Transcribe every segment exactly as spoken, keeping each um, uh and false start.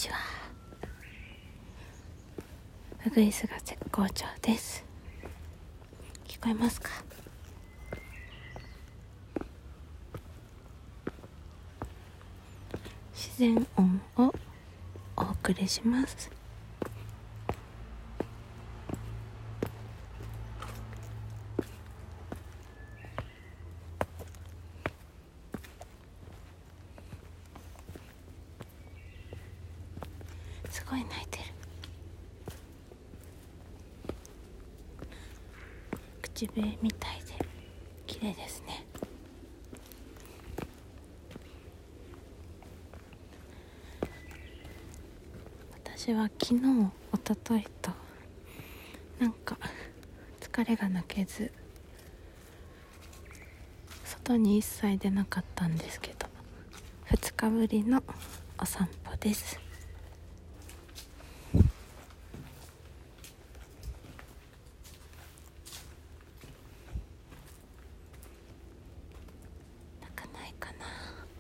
ちは。ウグイスが絶好調です。聞こえますか？自然音をお送りします。すごい泣いてる。口笛みたいで綺麗ですね。私は昨日、一昨日となんか疲れが抜けず外に一切出なかったんですけど、ふつかぶりのお散歩です。泣かないかな。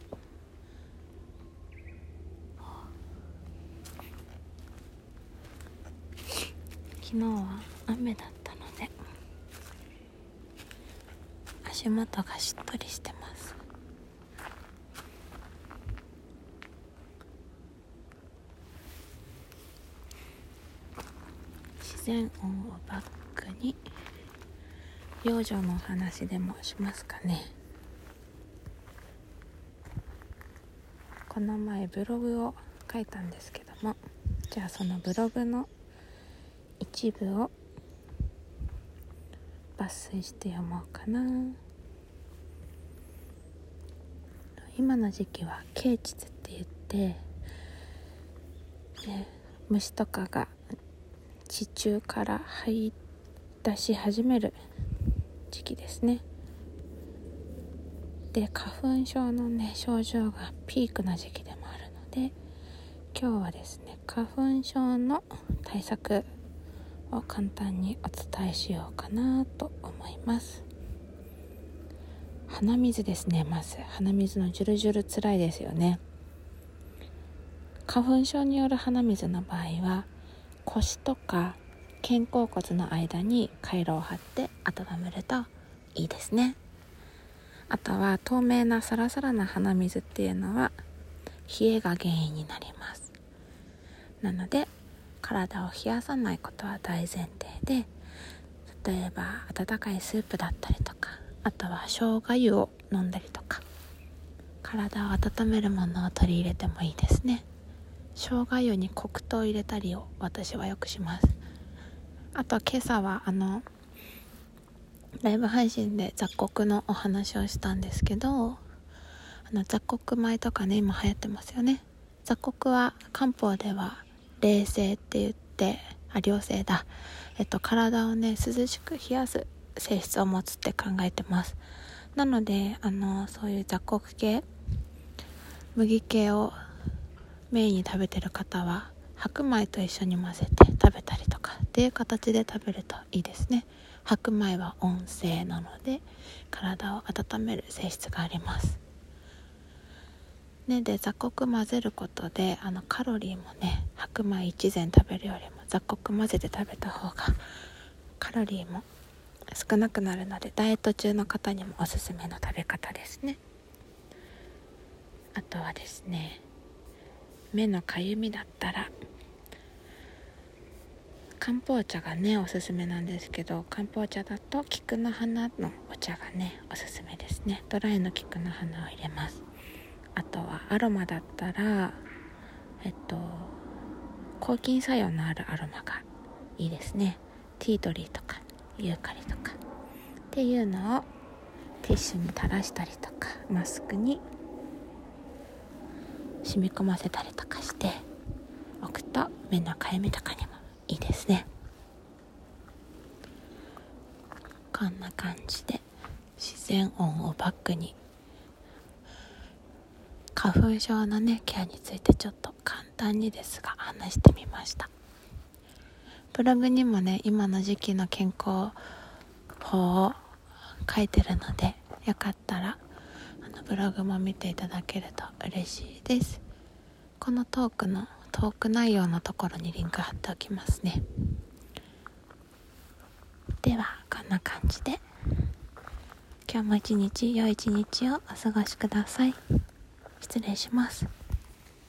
昨日は雨だったので足元がしっとりしてます。自然音をバックに養生のお話でもしますかね。この前ブログを書いたんですけども、じゃあそのブログの一部を抜粋して読もうかな。今の時期は啓蟄って言って、ね、虫とかが地中から這い出し始める時期ですね。で、花粉症のね症状がピークな時期でもあるので、今日はですね花粉症の対策を簡単にお伝えしようかなと思います。鼻水ですね。まず鼻水のジュルジュルつらいですよね。花粉症による鼻水の場合は腰とか肩甲骨の間にカイロを貼って温めるといいですね。あとは透明なサラサラな鼻水っていうのは冷えが原因になります。なので体を冷やさないことは大前提で、例えば温かいスープだったりとか、あとは生姜湯を飲んだりとか、体を温めるものを取り入れてもいいですね。生姜湯に黒糖を入れたりを私はよくします。あと今朝はあのライブ配信で雑穀のお話をしたんですけど、あの雑穀米とかね今流行ってますよね。雑穀は漢方では冷性って言って、あ、良性だ、えっと体をね涼しく冷やす性質を持つって考えてます。なのであのそういう雑穀系、麦系をメインに食べてる方は白米と一緒に混ぜて食べたりとかっていう形で食べるといいですね。白米は温性なので体を温める性質がありますね。で雑穀混ぜることであのカロリーもね、白米一膳食べるよりも雑穀混ぜて食べた方がカロリーも少なくなるので、ダイエット中の方にもおすすめの食べ方ですね。あとはですね、目のかゆみだったら漢方茶がねおすすめなんですけど、漢方茶だと菊の花のお茶がねおすすめですね。ドライの菊の花を入れます。あとはアロマだったらえっと抗菌作用のあるアロマがいいですね。ティートリーとかユーカリとかっていうのをティッシュに垂らしたりとかマスクに染み込ませたりとかしておくと目のかゆみとかにもいいですね。こんな感じで自然音をバックに花粉症のねケアについてちょっと簡単にですが話してみました。ブログにもね今の時期の健康法を書いてるので、よかったらあのブログも見ていただけると嬉しいです。このトークのトーク内容のところにリンク貼っておきますね。ではこんな感じで今日も一日良い一日をお過ごしください。失礼します。